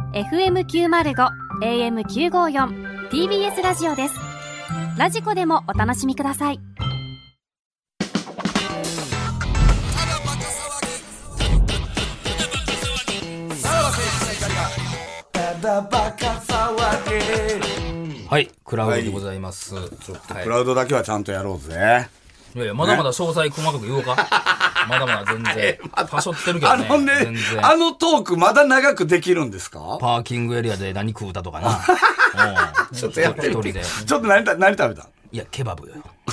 FM905 AM954 TBS ラジオです。ラジコでもお楽しみください。 はい、クラウドでございます。 ちょっとクラウドだけはちゃんとやろうぜ。 いやいや、まだまだ詳細細かく言おうか。まだまだ全然。パショってるけどね。全然。 あのトークまだ長くできるんですか？ パーキングエリアで何食うたとかな。 ちょっとやって一人で。 ちょっと何食べた？ いや、ケバブよ。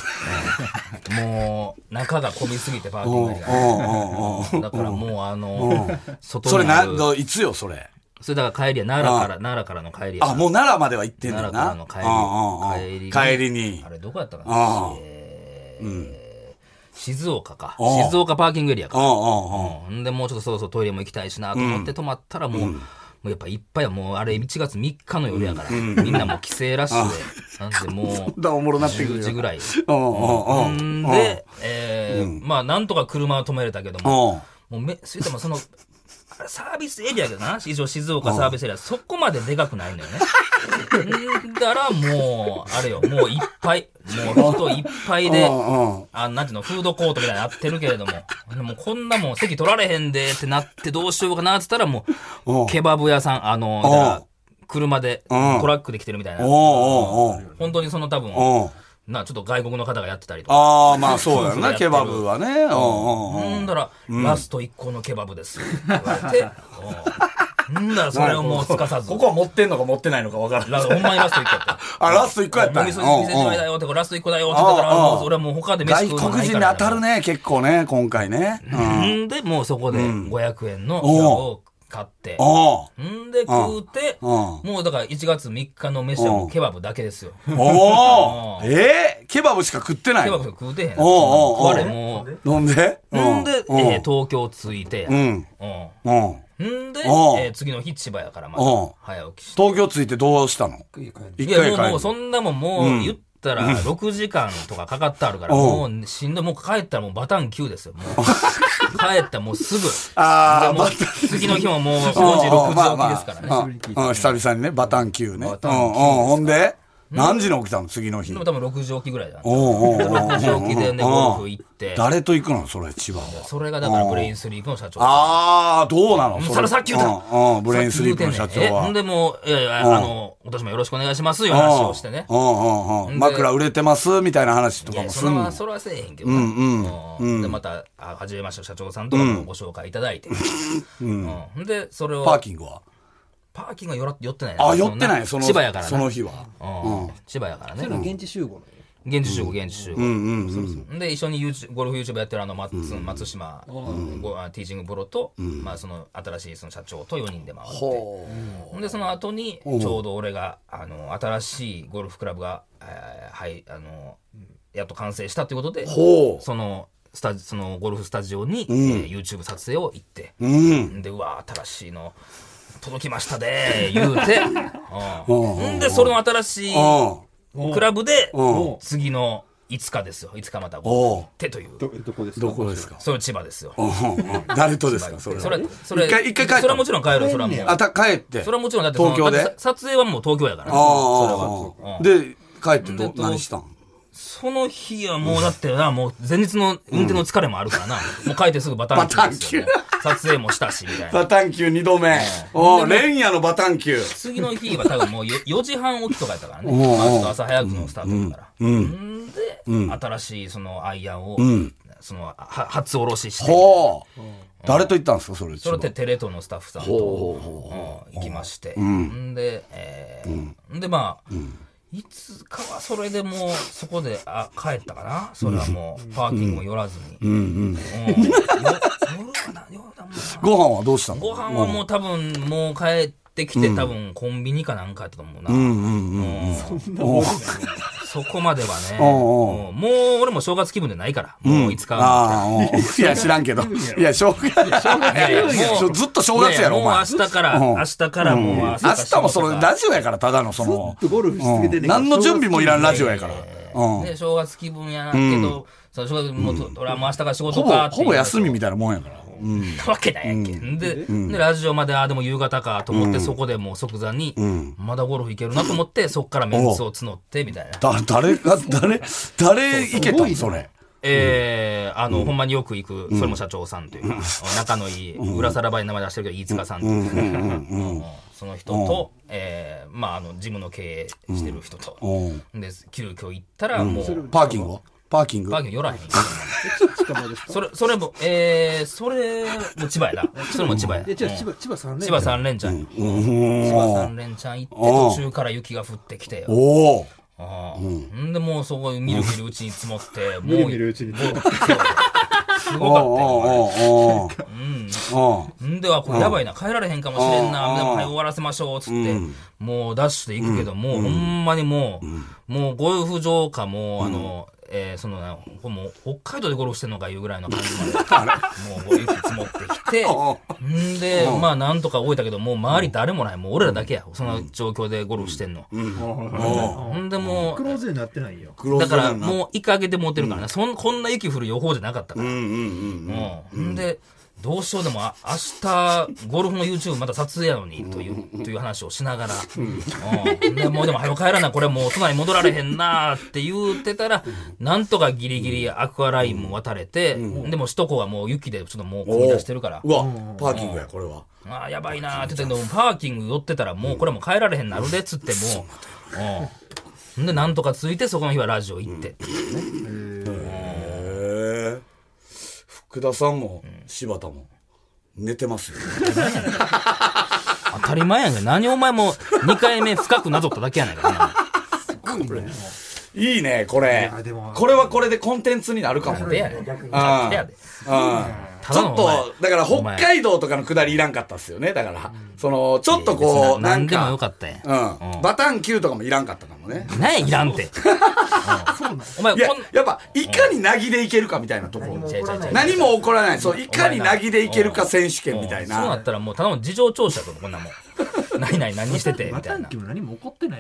もう、中が混みすぎてパーキングエリア。だからもう外にある。それいつよ、それ。 それだから帰りや、奈良からの帰りや。 あ、もう奈良までは行ってんだよな。 奈良からの帰りに。 あれ、どこやったかな？静岡か。静岡パーキングエリアか。んで、もうちょっとそろそろトイレも行きたいしなと思って泊まったらもうやっぱいっぱいはもうあれ1月3日の夜やから、みんなもう帰省ラッシュで、なんでもう10時ぐらい。で、まあなんとか車を止めれたけども、もうそれでもその、サービスエリアだな。一応静岡サービスエリア、そこまででかくないんだよね。だからもう、あれよ、もういっぱい、もう人いっぱいで、なんていうの、フードコートみたいになってるけれども、もうこんなもん席取られへんでってなってどうしようかなって言ったらもう、ケバブ屋さん、車で、トラックで来てるみたいな。本当にその多分、ちょっと外国の方がやってたりとか。 ああ、まあそうだよな、ケバブはね。 だから、ラスト1個のケバブです。言われて、だからそれをもうすかさず。 ここは持ってんのか持ってないのか分からない。 ほんまにラスト1個やった。 あ、ラスト1個やったんや。 店じまいだよって、ラスト1個だよって言ったから、俺はもう他で飯食うのないから。 外国人に当たるね、結構ね、今回ね。 で、もうそこで500円のを買って、で食うて、もうだから1月3日の飯はもうケバブだけですよ。 ケバブしか食ってない？ ケバブしか食うてへん。食われもう。 なんで？ 東京着いて、で、次の日千葉やからまた早起きして。 東京着いてどうしたの？ いや、もうそんなもんもう言ったら6時間とかかかってあるから、もうしんどい。もう帰ったらもうバタン9ですよ。もう帰ったらもうすぐ。次の日ももう4時、6時起きですからね。 久々にね、バタン9ね。ほんで何時に起きたの次の日？ でも多分6時起きぐらいだ。6時起きでね、ゴルフ行って。 誰と行くのそれ、千葉は。 それがだからブレインスリークの社長。 ああ、どうなのそれさっき言った。 ブレインスリークの社長は。 ほんでもう、今年もよろしくお願いしますよ話をしてね。 枕売れてますみたいな話とかもするの？ それはせえへんけど。で、また、はじめまして社長さんとかもご紹介いただいて。で、それを。 パーキングは？ パーキングは寄ってないな。寄ってない。 千葉やからね。 その日は。 千葉やからね。 それ現地集合。 現地集合。で、一緒にゴルフ YouTube やってる松島、ティーチングプロと、まあその新しいその社長と4人で回って。で、その後に、ちょうど俺が、新しいゴルフクラブが、やっと完成したということで、そのゴルフスタジオに YouTube 撮影を行って、で、うわ、新しいの、届きましたで言うて、で、その新しいクラブで、次の5日ですよ。5日またごってという。 どこですか？ どこですか？ それ千葉ですよ。 誰とですか？それ。一回帰った。 それはもちろん帰るよ。それはもう。 帰って。 それはもちろんだって東京で撮影はもう東京やからね。 で、帰って何したん？ その日はもうだってな、もう前日の運転の疲れもあるからな。もう帰ってすぐバタンキュー。撮影もしたし、みたいな。 バタンキュー2度目。連夜のバタンキュー。 次の日は多分もう4時半起きとかやったからね。ちょっと朝早くのスタートだから。で、新しいそのアイアンを、初おろしして。 誰と行ったんですかそれ？ それってテレ東のスタッフさんと行きまして。で、まあ、いつかはそれでもうそこで帰ったかな。それはもうパーキングも寄らずに。 ご飯はどうしたの？ ご飯はもう多分もう帰ってきて多分コンビニかなんかやったと思うな。そこまではね。もう俺も正月気分でないから。もう5日。 いや知らんけど。いや正月。ずっと正月やろお前。 もう明日からもう明日もそのラジオやからただのその。 ゴルフし続けてね。 何の準備もいらんラジオやから。 正月気分やなけど、正月もう俺はもう明日から仕事か。 ほぼ休みみたいなもんやから。 なわけないやんけ。で、ラジオまで、でも夕方かと思って、そこでもう即座に、まだゴルフ行けるなと思って、そこからメンツを募って、みたいな。 誰行けたのそれ。 ほんまによく行く、それも社長さんというか、仲のいい、裏さらばに名前出してるけど、飯塚さんというか、その人と、ジムの経営してる人と、で、急遽行ったら、もう。 パーキング寄らへん。それも千葉やな。それも千葉や。 千葉 3連チャン。千葉3連チャン行って、途中から雪が降ってきて。で、もうそこ見るうちに積もって、もう。見るうちに積もって。すごかったよ。んでは、これやばいな、帰られへんかもしれんな、でも終わらせましょう、つって、もうダッシュで行くけど、もうほんまにもうゴルフ場かももう北海道でゴルフしてんのかいうぐらいの感じまで、もう雪積もってきて、んで、なんとか終えたけど、もう周り誰もない、もう俺らだけや、その状況でゴルフしてんの。ほんでもう、 クローズになってないよ。 だからもう一回上げて持ってるからね、こんな雪降る予報じゃなかったから。んで、どうしようでも明日ゴルフの YouTube また撮影やのにという話をしながら、でもうでも早く帰らな、これもう大人に戻られへんなって言ってたら、なんとかギリギリアクアラインも渡れて、でも首都高はもう雪でちょっともう混み出してるから、 うわパーキングやこれは。 やばいなって言って、パーキング寄ってたらもうこれも帰られへんなるでっつってもでなんとかついて、そこの日はラジオ行ってっていうね。 福田さんも柴田も寝てますよ。 当たり前やねん。何お前も2回目深くなぞっただけやないかな。 いいねこれ。これはこれでコンテンツになるかもね。ちょっとだから北海道とかの下りいらんかったっすよね。だからちょっとこう何でもよかったやん。バタン9とかもいらんかったかもね。 何いらんって。 お前やっぱいかになぎでいけるかみたいなところ。何も起こらない。そういかになぎでいけるか選手権みたいな。 そうなったらもうただの事情聴取だとこんなもん。何しててみたいな。 バタン9も何も起こってない。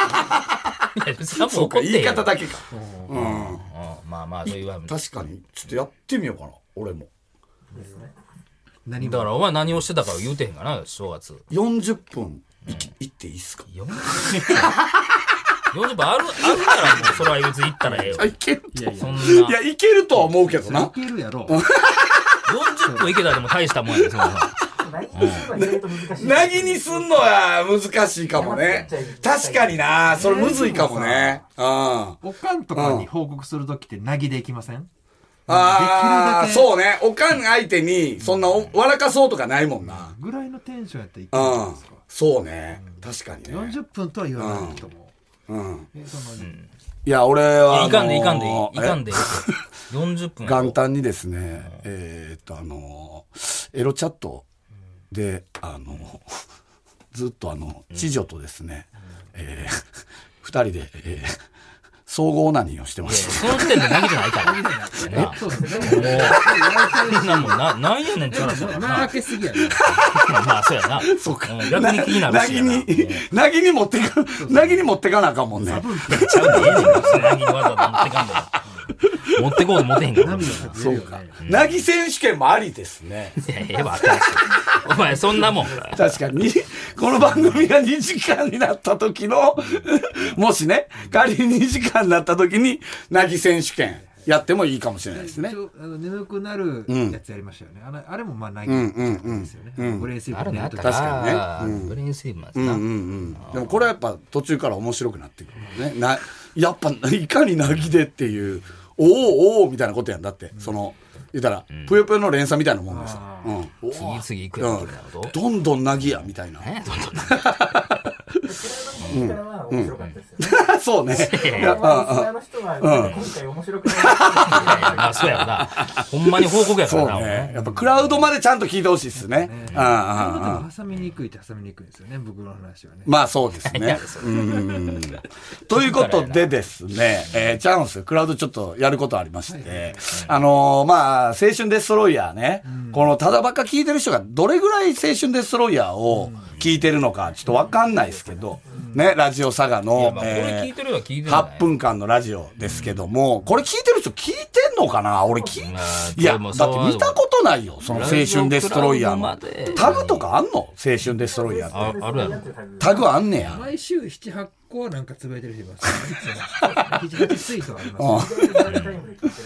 そうか言い方だけか。 そういうわ。 確かにちょっとやってみようかな俺も。 だからお前何をしてたか言うてへんかな正月。 40分行っていいっすか。 40分あるからもうそれは別に行ったらええよ。 いける。 いやいけるとは思うけどな。 いけるやろ。 40分行けたらでも大したもんやで。 なぎにすんのは難しいかもね。確かにな。それむずいかもね。 おかんとかに報告するときってなぎで行きません？ そうね。おかん相手に、そんな笑かそうとかないもんな。 ぐらいのテンションやったらいけるじゃないですか。 そうね。確かにね。 40分とは言わないと思う。 いや、俺は。 いかんで。40分。 元旦にですね、エロチャットで、ずっと知女とですね、二人で、総合何をしてました。 その時点で何じゃないから。そうですね。もう、なんやねんって話だからな。 開けすぎやね。 まあ、そうやな。 そうか。 逆に気になるし。 なぎに持ってかなあかんもんね。 ちゃうでええねん。なぎにわざわざ持ってかんで。持ってこうと持ってへんから。 そうか。なぎ選手権もありですね。 いや、ええわ、お前、そんなもん。 確かに、この番組が2時間になった時の、もしね、仮に2時間になった時に、なぎ選手権やってもいいかもしれないですね。 眠くなるやつやりましたよね。あれもまあ、なぎですよね。ブレインスリープね。 確かにね。ブレインスリープなんですな。でもこれはやっぱ途中から面白くなってくるね。やっぱ、いかになぎでっていう、おーみたいなことやんだって、言ったら、ぷよぷよの連鎖みたいなもんですよ。 次々行くやつなのどんどんなぎや、みたいな。そうね。 そうやな。ほんまに報告やからな。 やっぱクラウドまでちゃんと聞いてほしいっすね。 挟みにくいって挟みにくいですよね、僕の話はね。 まあそうですね。ということでですね、チャンス、クラウドちょっとやることありまして、まあ、青春デストロイヤーね、このただばっか聞いてる人がどれぐらい青春デストロイヤーを聞聞いてるのかちょっとわかんないですけど、ね、ラジオ佐賀の、 これ聞いてるは聞いてる 8分間のラジオですけども、これ聞いてる人聞いてんのかな。俺いや、だって見たことないよ、その青春デストロイヤーの。タグとかあんの？青春デストロイヤーって。 あるやろ。 タグあんねや。 毎週7、8個はなんかつぶやいてる人います。7、8ツイートあります。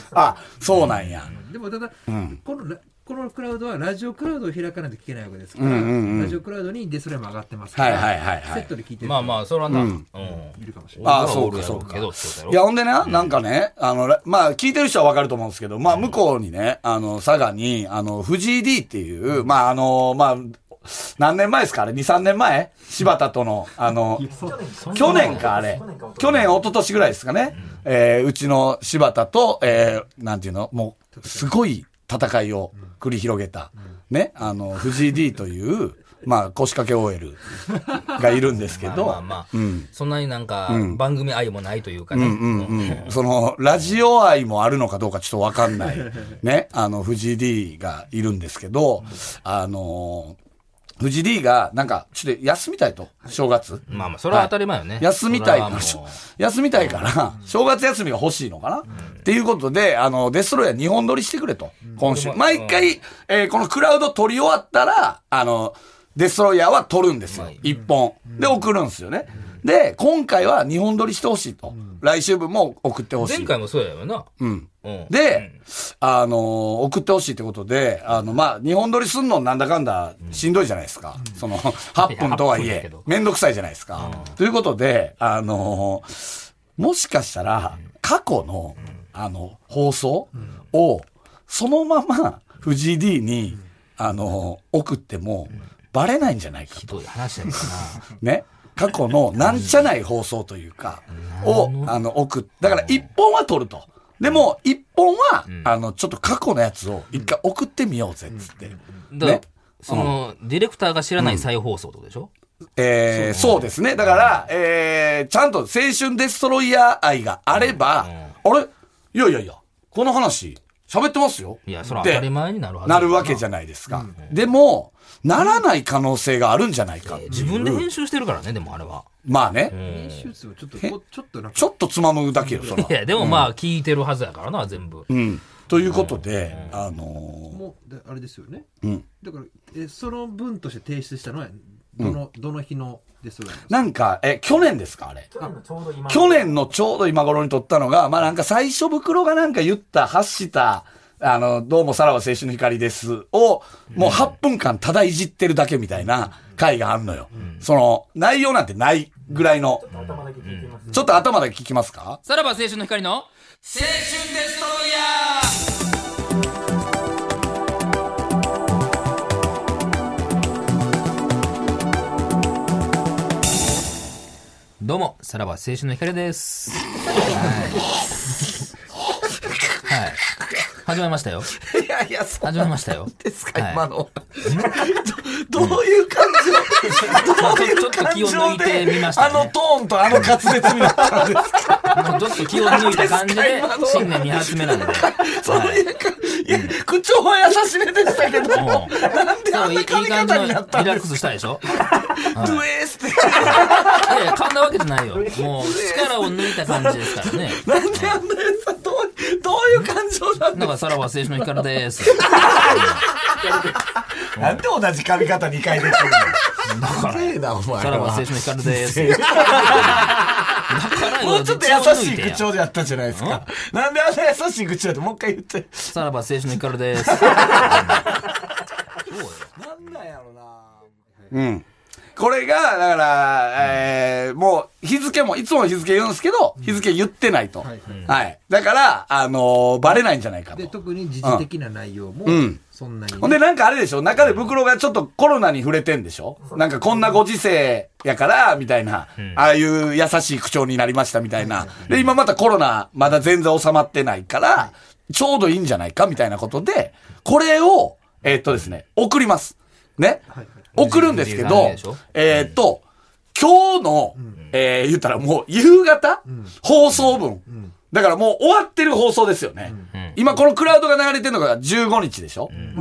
あ、そうなんや。 でもただ、このクラウドはラジオクラウドを開かないと聞けないわけですから、ラジオクラウドにデストロイヤーも上がってますから、セットで聞いてる。 まあまあ、それはな、いるかもしれない。 ああ、そうか、そうか。いや、ほんでね、なんかね、まあ、聞いてる人はわかると思うんですけど、まあ、向こうにね、佐賀に、藤井 D っていう、まあ、まあ、何年前ですかあれ 2、3年前柴田との、去年かあれ。去年、一昨年ぐらいですかね。うちの柴田と、なんていうのもう、すごい戦いを繰り広げた、ね、藤井 D という、まあ、腰掛け OL がいるんですけど。 まあまあ、そんなになんか、番組愛もないというかね。 その、ラジオ愛もあるのかどうかちょっとわかんない。ね、藤井 D がいるんですけど、藤井 D が、なんか、ちょっと休みたいと、正月。 まあまあ、それは当たり前よね。 休みたいから、正月休みが欲しいのかな、っていうことで、デストロイヤー2本撮りしてくれと、今週。毎回、このクラウド撮り終わったら、デストロイヤーは撮るんですよ。1本。で、送るんですよね。で、今回は2本撮りしてほしいと。来週分も送ってほしい。 前回もそうやよな。 で、送ってほしいってことで、まあ、2本撮りすんのなんだかんだしんどいじゃないですか。その、8分とはいえ、めんどくさいじゃないですか。ということで、もしかしたら、過去の、放送を、そのまま、藤井 D に、送っても、バレないんじゃないかと。 ひどい話だよな。 ね。過去のなんちゃない放送というか、を、だから1本は撮ると。でも、1本は、ちょっと過去のやつを一回送ってみようぜ、つって。 ね。その、ディレクターが知らない再放送ってことでしょ？ そうですね。だから、ちゃんと青春デストロイヤー愛があれば、あれいや、この話、喋ってますよ。 いや、それは当たり前になるはず。 なるわけじゃないですか。でも、ならない可能性があるんじゃないか。 自分で編集してるからね、でもあれは。 まあね。 編集数をちょっとつまむだけよ、それは。 いや、でもまあ、聞いてるはずやからな、全部。 ということで、 もう、あれですよね。だから、その分として提出したのは、どの日のですなんか、去年ですかあれ。去年のちょうど今頃に撮ったのが、まあなんか最初袋がなんか発した、どうもさらば青春の光ですを、もう8分間ただいじってるだけみたいな回があるのよ。その、内容なんてないぐらいの。ちょっと頭だけ聞きますか？ さらば青春の光の青春デストロイヤー。どうも、さらば青春の光です。はい。始まりましたよ。 いやいや、 始まりましたよ。 ですか、今の。どういう感情ちょっと気を抜いてみましたね。 トーンと滑舌になったんですか？ ちょっと気を抜いた感じで、新年2発目なんで。 口調は優しめでしたけど、なんであんな髪型になったんですか？ リラックスしたでしょ？ ドゥエースって。いやいや、噛んだわけじゃないよ。もう、力を抜いた感じですからね。 なんであんなやつはどういう感情なんですか？ だから、さらば青春の光です。 なんで同じ髪型2回出てるの？ だから、さらば青春の光です。 もうちょっと優しい口調でやったじゃないですか。なんであんな優しい口調でもう一回言って。 さらば青春の光です。 なんなんやろな。これが、だから、もう日付も、いつも日付言うんですけど、日付言ってないと。はい。だから、バレないんじゃないかと。 で、特に時事的な内容も、そんなに。 ほんで、なんかあれでしょ、中で袋がちょっとコロナに触れてんでしょ、なんかこんなご時世やから、みたいな、ああいう優しい口調になりましたみたいな。で、今またコロナまだ全然収まってないから、ちょうどいいんじゃないかみたいなことで、これを、ですね、送ります。ね。送るんですけど、今日の、言ったらもう夕方、放送分。だからもう終わってる放送ですよね。今このクラウドが流れてるのが15日でしょ、で、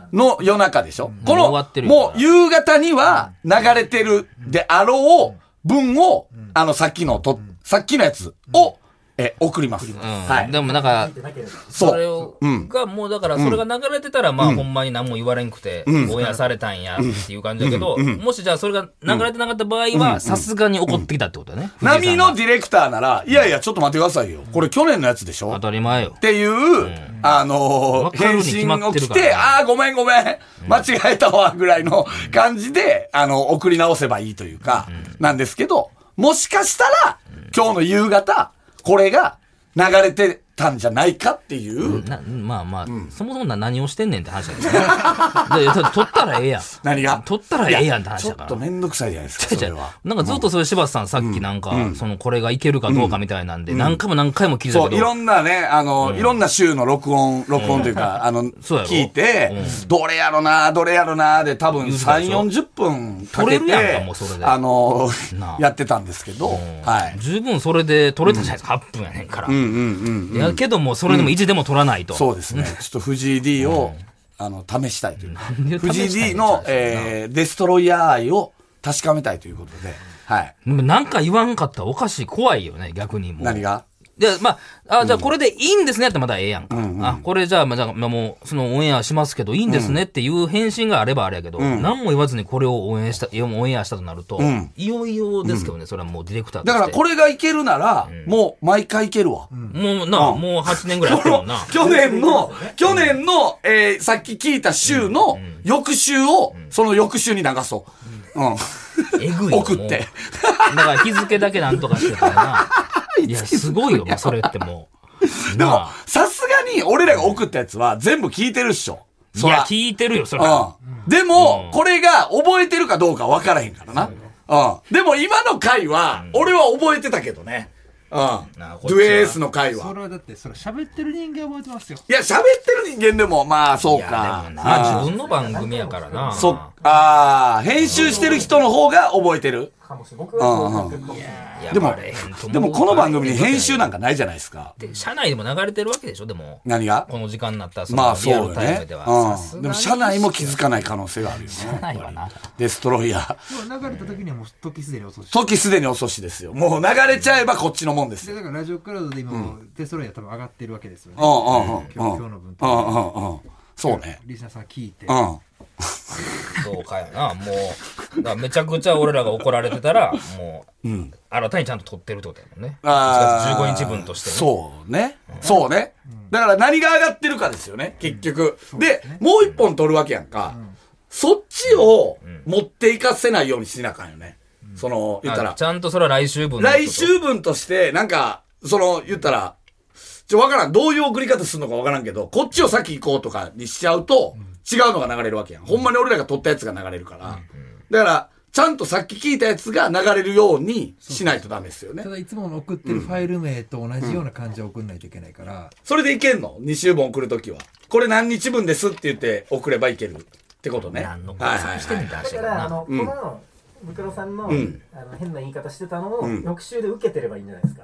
の夜中でしょ。この、 終わってるよもう夕方には流れてるであろう文を、さっきのやつを、送ります。はい。 でもなんか、 そう。 それがもうだからそれが流れてたらまあほんまに何も言われんくて、オンエアされたんやっていう感じだけど、もしじゃあそれが流れてなかった場合は、さすがに怒ってきたってことだね。 波のディレクターなら、いやいやちょっっと待ってくださいよ。これ去年のやつでしょ当たり前よ。 っていう、返信が来て、ごめん、間違えたわ、ぐらいの感じで、送り直せばいいというか、なんですけど、もしかしたら、今日の夕方、これが流れてたんじゃないかっていう。 まあ、そもそも何をしてんねんって話だけどね。撮ったらええやん。 何が撮ったらええやんって話だから。 ちょっとめんどくさいじゃないですか。それはなんかずっとそれ柴田さんさっきなんか、これがいけるかどうかみたいなんで、何回も聞いたけど。 そう、いろんなね、いろんな週の録音というか、聞いて、どれやろなで多分3、40分かけて、やってたんですけど、はい。 十分それで撮れたじゃないですか、8分やねんから。やけども、それでも意地でも取らないと。 そうですね。ちょっと藤井 D を、試したいというか。藤井 D の、デストロイヤー愛を確かめたいということで。はい。 なんか言わんかったらおかしい、怖いよね、逆にもう。 何がで、まあ、じゃあこれでいいんですねってまだええやんか。これじゃあ、もう、そのオンエアしますけど、いいんですねっていう返信があればあれやけど、何も言わずにこれをオンエアしたとなると、いよいよですけどね、それはもうディレクターとして。 だからこれがいけるなら、もう毎回いけるわ。 もうもう8年ぐらいやってるもんな。 去年の、さっき聞いた週の翌週を、その翌週に流そう。 えぐいよ。 送って。 だから日付だけなんとかしてたらな。いや、すごいよ、それってもう。 でも、さすがに俺らが送ったやつは全部聞いてるっしょ。 いや、聞いてるよ、それは。 でも、これが覚えてるかどうか分からへんからな。でも今の回は、俺は覚えてたけどね。ドゥエースの回は。 それはだって、それ喋ってる人間覚えてますよ。 いや、喋ってる人間でも、まあ、そうか。 自分の番組やからな。 編集してる人の方が覚えてる。でもこの番組に編集なんかないじゃないですか。 で、社内でも流れてるわけでしょ、でも。 何がこの時間になったら、 まあそうよね。 でも社内も気づかない可能性があるよね。 社内はな。 デストロイヤー。 流れた時にはもう時すでに遅し。 時すでに遅しですよ。もう流れちゃえばこっちのもんですよ。 だからラジオクラウドで今、デストロイヤー多分上がってるわけですよね。今日の分と。 そうね。 リスナーさん聞いて。 そうかよな、もう。だからめちゃくちゃ俺らが怒られてたら、もう、新たにちゃんと撮ってるってことやもんね。1月15日分としてね。 そうね。そうね。だから何が上がってるかですよね、結局。で、もう一本撮るわけやんか。そっちを持っていかせないようにしなあかんよね。言ったら。 ちゃんとそれは来週分。 来週分として、なんか、言ったら、わからん。どういう送り方するのかわからんけど、こっちを先行こうとかにしちゃうと、違うのが流れるわけやん。ほんまに俺らが撮ったやつが流れるから。だから、ちゃんとさっき聞いたやつが流れるようにしないとダメですよね。 ただいつも送ってるファイル名と同じような感じを送んないといけないから。 それでいけんの ?2 週分送るときは。これ何日分ですって言って送ればいけるってことね。 何の工作してんだだから、この、ブクロさんの、変な言い方してたのを、翌週で受けてればいいんじゃないですか。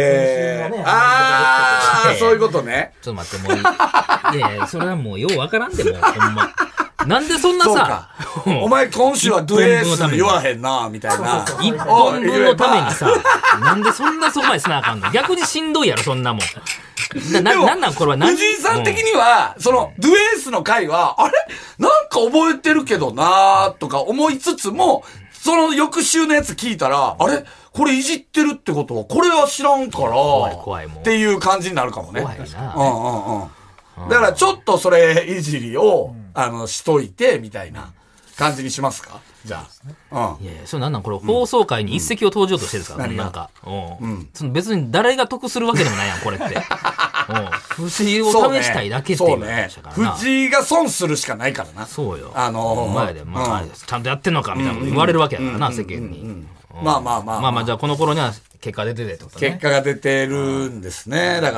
そういうことね。 ちょっと待って、もういや、それはもうようわからんで、もう、ほんま。なんでそんなさ、 お前今週はドゥエース言わへんな、みたいな。 一本分のためにさ、なんでそんなそこまでしなあかんの？逆にしんどいやろ、そんなもん。なんこれは何？ 藤井さん的には、ドゥエースの回は、あれなんか覚えてるけどなーとか思いつつも、その翌週のやつ聞いたら、あれこれいじってるってことは、これは知らんから、 怖いもんっていう感じになるかもね。 怖いな。 だからちょっとそれいじりを、しといて、みたいな感じにしますかじゃあ。 いやいや、それなんこれ放送回に一石を投じようとしてるんですか、なんか。その別に誰が得するわけでもないやん、これって。藤井を試したいだけっていう話だからな。 藤井が損するしかないからな。 そうよ。前で、ちゃんとやってんのかみたいなこと言われるわけやからな、世間に。 まあ、 じゃあこの頃には結果出ててってことね。結果が出てるんですね。だから、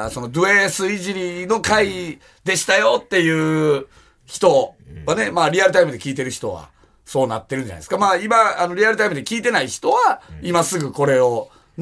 そのドゥエースいじりの回でしたよっていう人はね、まあリアルタイムで聞いてる人はそうなってるんじゃないですか。まあ今、リアルタイムで聞いてない人は、今すぐこれをね、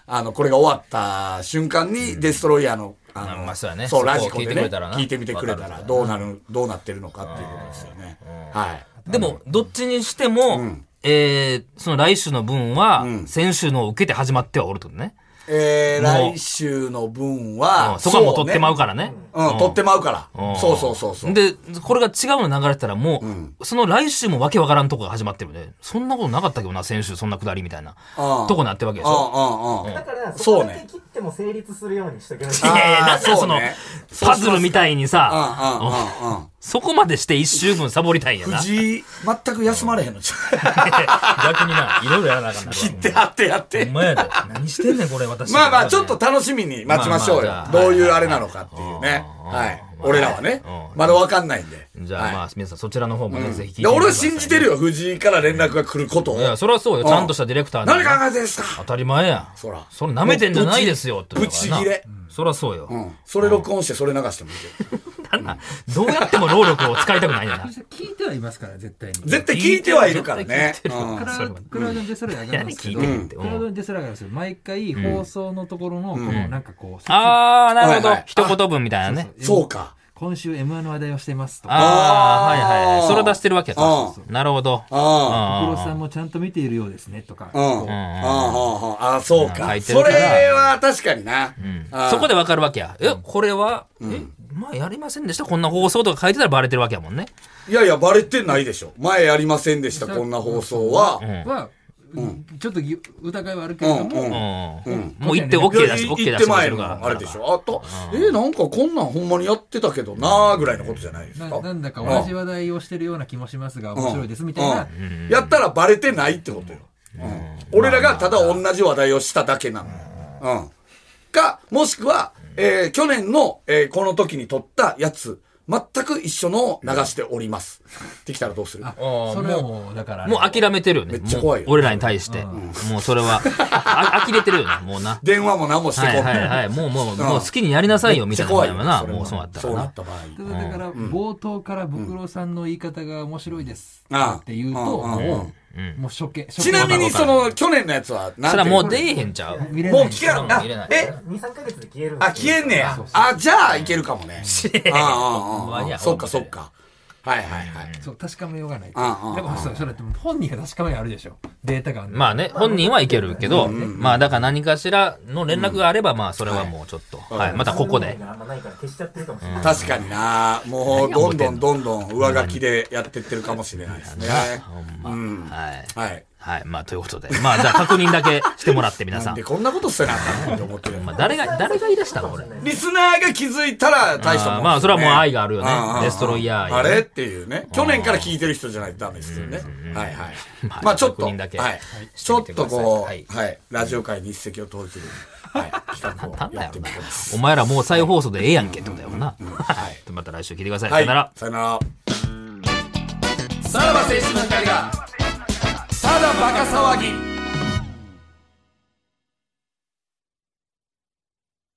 これが終わった瞬間にデストロイヤーの、 まあそうやね。 そう、ラジコでね、 聞いてくれたらな聞いてみてくれたら、どうなってるのかっていうことですよね。はい。 でも、どっちにしても、その来週の分は、先週のを受けて始まってはおるとね。 来週の分は、 そこはもう取ってまうからね。 取ってまうから。そう。 で、これが違うの流れてたらもう、その来週もわけわからんとこが始まってるね。そんなことなかったけどな、先週そんなくだりみたいな。とこなってるわけでしょ。 だから、そこだけ切っても成立するようにしとけばいい。 いやなんだその、パズルみたいにさ、そこまでして一週分サボりたいんやな。 藤井、全く休まれへんのちゃう。逆にな、いろいろやらなあかんな。 切ってやって。 お前やで。何してんねん、これ私。 まあ、ちょっと楽しみに待ちましょうよ。どういうあれなのかっていうね。はい。俺らはね。まだわかんないんで。 じゃあまあ、皆さんそちらの方もね、ぜひ聞いてください。 俺は信じてるよ、藤井から連絡が来ることを。 いや、それはそうよ。ちゃんとしたディレクター何考えてんすか当たり前や。それ舐めてんじゃないですよ。 ブチギレ。 そりゃそうよ。 それ録音してそれ流してもいいよ。 どうやっても労力を使いたくないんだな。 聞いてはいますから、絶対に。 絶対聞いてはいるからね。 クラウドにデスライ上がるんですけど、クラウドにデスライ上がるんですよ。毎回放送のところの、このなんかこう、 あー、なるほど。一言文みたいなね。 そうか。 今週 M1 の話題をしてますとか。 ああ、はい。それを出してるわけか。なるほど。 黒さんもちゃんと見ているようですね、とか。 ああ、そうか。それは確かにな。 そこでわかるわけや。これは、まあやりませんでした。こんな放送とか書いてたらバレてるわけやもんね。 いやいや、バレてないでしょ。前やりませんでした、こんな放送は。 ちょっと疑いはあるけれども、 もう言って OK だし、OK だし。 前のあれでしょ。あと、なんかこんなんほんまにやってたけどなーぐらいのことじゃないですか。 なんだか同じ話題をしてるような気もしますが、面白いですみたいな。 やったらバレてないってことよ。俺らがただ同じ話題をしただけなの。か、もしくは、去年の、この時に撮ったやつ、全く一緒のを流しております。ってきたらどうする？ それはもう、だから。 もう諦めてるよね。 めっちゃ怖いよ。 俺らに対して。もうそれは、呆れてるよね、もうな。 電話も何もしてこない。 もう好きにやりなさいよ、みたいな感じだな。もうそうなったらな。 そうなった場合。 だから、冒頭からブクロさんの言い方が面白いです。って言うと、もう処刑。 ちなみにその、去年のやつは何て？それはもう出えへんちゃう？ もう聞かん。 2、3ヶ月で消えるんですよ。 消えんねや。じゃあいけるかもね。そっかそっか。はい。 そう、確かめようがない。でもそれって本人が確かめあるでしょ。データがある。 まあね、本人はいけるけど、まあだから何かしらの連絡があれば、まあそれはもうちょっと、またここで。 確かにな。もうどんどん上書きでやってってるかもしれないですね。 はい。まあということで。まあじゃあ確認だけしてもらって皆さん。 でこんなことしてなあかんのって思ってる。 誰が言い出したのこれ。 リスナーが気づいたら大したもん。 まあそれはもう愛があるよね。デストロイヤー。 あれっていうね。去年から聞いてる人じゃないとダメですよね。はい。まあちょっと、ちょっとこう、ラジオ界に一石を投じる。企画をやってみてます。 お前らもう再放送でええやんけってことだよな。また来週聞いてください。さよなら。 さよなら。さらば青春の光が、ただバカ騒ぎ。